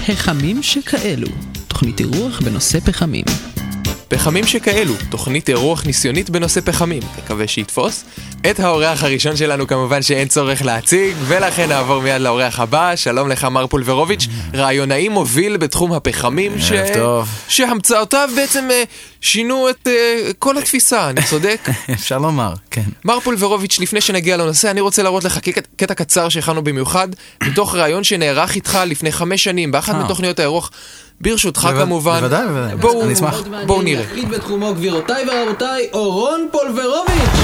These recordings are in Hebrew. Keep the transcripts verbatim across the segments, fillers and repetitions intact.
פחמים שכאלו, תוכנית אירוח בנושא פחמים. פחמים שכאלו, תוכנית אירוח ניסיונית בנושא פחמים. מקווה שיתפוס. את האורח הראשון שלנו כמובן שאין צורך להציג, ולכן נעבור מיד לאורח הבא. שלום לך מר פולברוביץ', רעיונאי מוביל בתחום הפחמים, ש... שהמצאותיו בעצם שינו את uh, כל התפיסה, אני צודק? אפשר לומר, כן. מר פולברוביץ', לפני שנגיע לנושא, אני רוצה להראות לך קטע קצר שהכנו במיוחד, מתוך רעיון שנערך איתך לפני חמש שנים, באחת מתוכניות האירוח. ברשותך כמובן. בוודאי, בוודאי. בואו, אני אשמח. בואו נראה. להחליט בתחומו גבירותיי ורבותיי, אורון פולברוביץ'.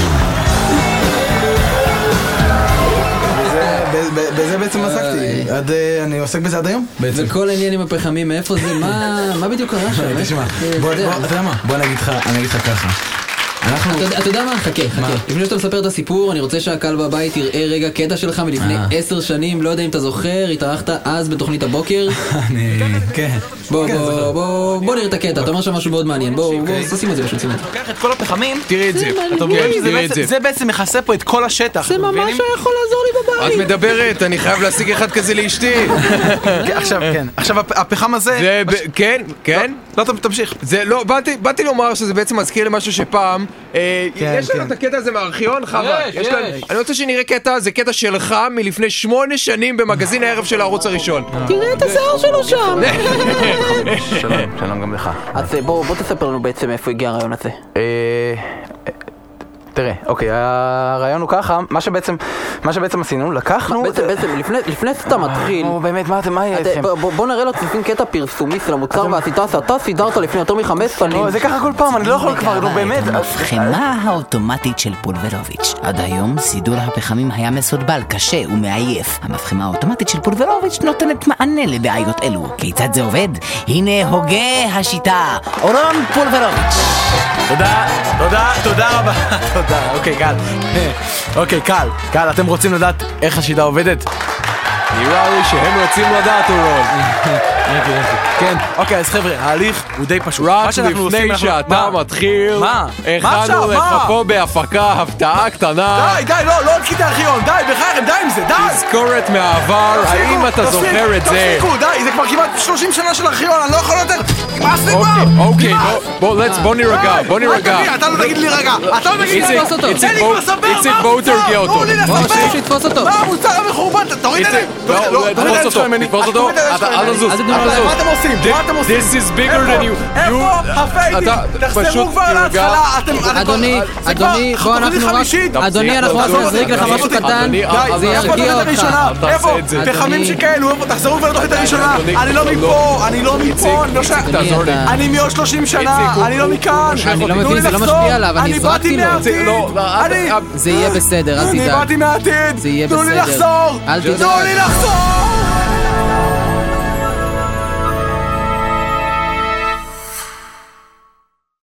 בזה בעצם עסקתי. אני עוסק בזה עד היום. וכל העניין עם הפחמים, מאיפה זה? מה בדיוק קרה שם? תשמע, בוא, אתה יודע מה? בוא נגיד לך, אני אגיד לך ככה. אתה יודע מה? חכה, חכה. לפני שאתה מספר את הסיפור, אני רוצה שהקהל בבית יראה רגע קטע שלך מלפני עשר שנים, לא יודע אם אתה זוכר, התארחת אז בתוכנית הבוקר. אני... כן. בוא, בוא, בוא, בוא נראה את הקטע, אתה אומר שם משהו מאוד מעניין. בוא, בוא, שים את זה בשביל סימן. לוקח את כל הפחמים. תראי את זה. תראי את זה. זה בעצם מכסה פה את כל השטח. זה ממש יכול לעזור לי בבית. את מדברת, אני חייב להשיג אחד כזה לאשתי. עכשיו, כן. עכשיו, הפחם הזה... זה, כן, כן. לא, תמשיך. זה לא, באתי לומר שזה בעצם מזכיר למשהו שפעם, יש לנו את הקטע הזה מהארכיון, חווה. אני רוצה שנראה קטע, זה קטע שלך מלפני שמונה שנים במגזין הערב של הערוץ הראשון. תראה את השיער שלו שם. שלום, שלום גם לך. אז בוא תספר לנו בעצם איפה הגיע הרעיון הזה. תראה, אוקיי, הרעיון הוא ככה, מה שבעצם, מה שבעצם עשינו, לקחנו... בעצם, בעצם, לפני שאתה מתחיל... נו, באמת, מה אתם, מה יהיה לכם? בוא נראה לו צפין קטע פרסומי של המוצר והסיטציה, אתה סידרת לפני יותר מחמש שנים. זה ככה כל פעם, אני לא יכול כבר, נו באמת. המבחנה האוטומטית של פולברוביץ'. עד היום סידור הפחמים היה מסורבל, קשה ומעייף. המבחנה האוטומטית של פולברוביץ' נותנת מענה לבעיות אלו. כיצד זה עובד? הנה הוגה השיטה, אורון פולברוביץ'. תודה, תודה, תודה רבה. תודה, אוקיי, קל. אוקיי, קל. קל, אתם רוצים לדעת איך השיטה עובדת? נראה לי שהם רוצים לדעת, אורון. כן, אוקיי, אז חבר'ה, ההליך הוא די פשוט. רק לפני שאתה מתחיל, מה? הכנו לך פה בהפקה הפתעה קטנה. די, די, לא, לא תקחי את הארכיון, די, בחייכם, די עם זה, די! תזכורת מהעבר, האם אתה זוכר את זה? תפסיקו, די, זה כבר כמעט שלושים שנה של ארכיון, אני לא יכול יותר... נמאס לי כבר! אוקיי, בוא נירגע, בוא נירגע. אתה לא תגיד לי רגע, אתה לא תגיד לי לתפוס אותו. תן לי כבר ספר, איציק בואו תרגיע אותו. תנו לי לספר! שיתפוס אותו. מה המוצר המחורבן? תוריד את זה! תפוס אותו, תפוס אותו, אל תזוז, אל תזוז. מה אתם עושים? מה אתם עושים? This is bigger than you. איפה הפייטים? תחזרו כבר להתחלה. אדוני, אדוני, בוא אנחנו רק... אדוני, אנחנו רק נזריק לך משהו קטן. זה ירגיע אותך. איפה? פחמים שכאלו, איפה? תחזרו כבר לתוכנית הראשונה. אני לא מפה, אני לא מפה. אני מעוד שלושים שנה, אני לא מכאן. אני לא מבין, זה לא משפיע עליו, אני זרקתי לו. זה יהיה בסדר, אל תדאג. אני באתי מהעתיד. זה יהיה בסדר. תנו לי לחזור. אל תדאג. תנו לי לחזור.